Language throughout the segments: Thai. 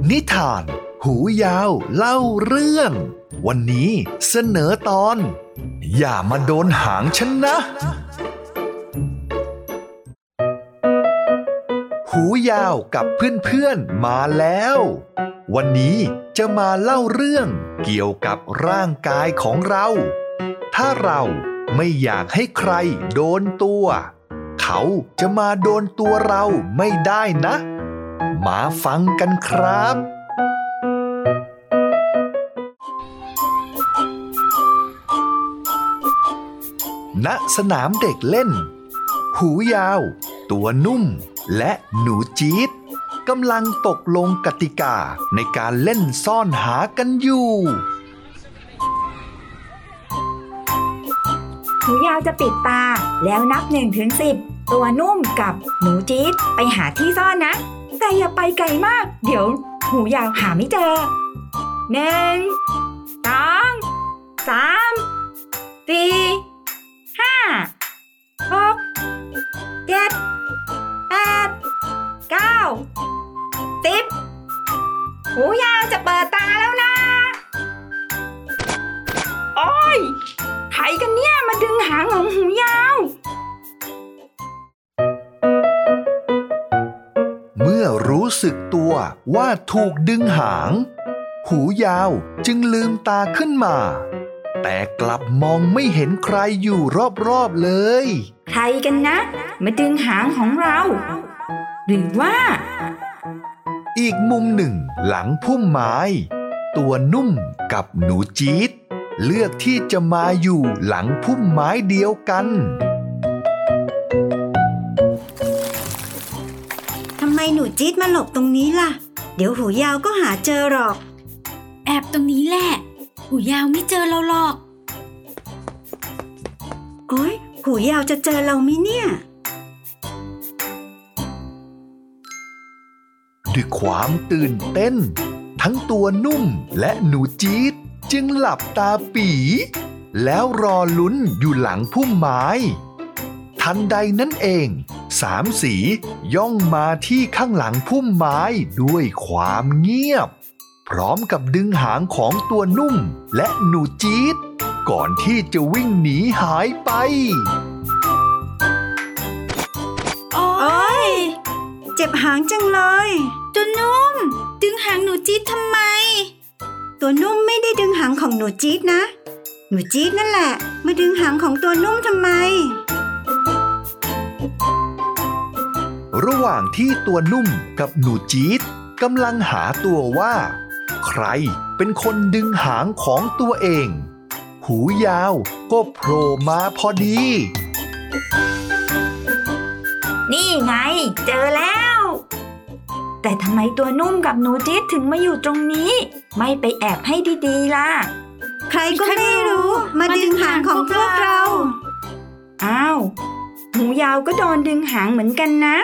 นิทานหูยาวเล่าเรื่องวันนี้เสนอตอนอย่ามาโดนหางฉันนะหูยาวกับเพื่อนๆมาแล้ววันนี้จะมาเล่าเรื่องเกี่ยวกับร่างกายของเราถ้าเราไม่อยากให้ใครโดนตัวเขาจะมาโดนตัวเราไม่ได้นะมาฟังกันครับณสนามเด็กเล่นหูยาวตัวนุ่มและหนูจี๊ดกำลังตกลงกติกาในการเล่นซ่อนหากันอยู่หูยาวจะปิดตาแล้วนับ1-10ตัวนุ่มกับหนูจี๊ดไปหาที่ซ่อนนะแต่อย่าไปไกลมากเดี๋ยวหูยาวหาไม่เจอ1 2 3 4 5 6 7 8 9 10หูยาวจะเปิดตาแล้วนะโอ๊ยใครกันเนี่ยมาดึงหางของหูยาวเมื่อรู้สึกตัวว่าถูกดึงหางหูยาวจึงลืมตาขึ้นมาแต่กลับมองไม่เห็นใครอยู่รอบๆเลยใครกันนะมาดึงหางของเราหรือว่าอีกมุมหนึ่งหลังพุ่มไม้ตัวนุ่มกับหนูจี๊ดเลือกที่จะมาอยู่หลังพุ่มไม้เดียวกันทำไมหนูจี๊ดมาหลบตรงนี้ล่ะเดี๋ยวหูยาวก็หาเจอหรอกแอบตรงนี้แหละหูยาวไม่เจอเราหรอกโอ๊ยหูยาวจะเจอเราไหมเนี่ยด้วยความตื่นเต้นทั้งตัวนุ่มและหนูจี๊ดจึงหลับตาปี่แล้วรอลุ้นอยู่หลังพุ่มไม้ทันใดนั้นเองสามสีย่องมาที่ข้างหลังพุ่มไม้ด้วยความเงียบพร้อมกับดึงหางของตัวนุ่มและหนูจี๊ดก่อนที่จะวิ่งหนีหายไปโอ๊ยเจ็บหางจังเลยตัวนุ่มดึงหางหนูจี๊ดทำไมตัวนุ่มไม่ได้ดึงหางของหนูจี๊ดนะหนูจี๊ดนั่นแหละมาดึงหางของตัวนุ่มทำไมระหว่างที่ตัวนุ่มกับหนูจี๊ดกำลังหาตัวว่าใครเป็นคนดึงหางของตัวเองหูยาวก็โผล่มาพอดีนี่ไงเจอแล้วแต่ทำไมตัวนุ่มกับหนูจี๊ดถึงมาอยู่ตรงนี้ไม่ไปแอบให้ดีๆล่ะใครก็ไม่รู้มาดึงหางของพวกเราอ้าวหูยาวก็โดนดึงหางเหมือนกันนะ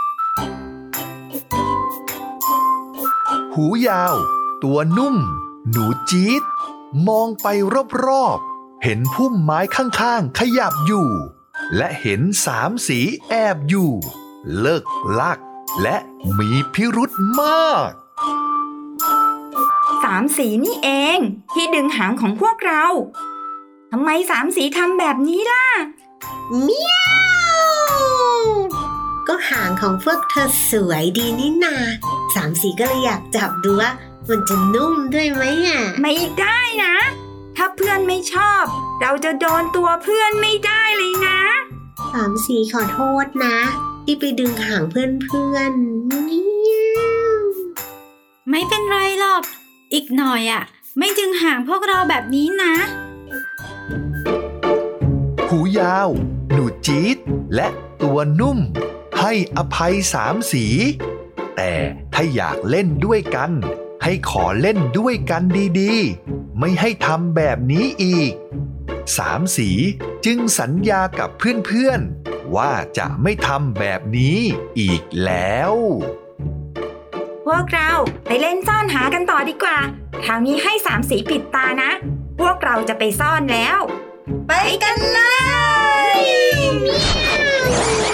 หูยาวตัวนุ่มหนูจี๊ดมองไปรอบๆเห็นพุ่มไม้ข้างๆขยับอยู่และเห็นสามสีแอบอยู่เลิกลักและมีพิรุธมากสามสีนี่เองที่ดึงหางของพวกเราทำไมสามสีทำแบบนี้ล่ะเมียวก็หางของพวกเธอสวยดีนี่นาสามสีก็เลยอยากจับดูว่ามันจะนุ่มด้วยไหมอ่ะไม่ได้นะถ้าเพื่อนไม่ชอบเราจะโดนตัวเพื่อนไม่ได้เลยนะสามสีขอโทษนะที่ไปดึงหางเพื่อนไม่เป็นไรหรอกอีกหน่อยอ่ะไม่ดึงหางพวกเราแบบนี้นะหูยาวหนูจี๊ดและตัวนุ่มให้อภัยสามสีแต่ถ้าอยากเล่นด้วยกันให้ขอเล่นด้วยกันดีๆไม่ให้ทำแบบนี้อีกสามสีจึงสัญญากับเพื่อนๆว่าจะไม่ทำแบบนี้อีกแล้วพวกเราไปเล่นซ่อนหากันต่อดีกว่าคราวนี้ให้สามสีปิดตานะพวกเราจะไปซ่อนแล้วไปกันเลย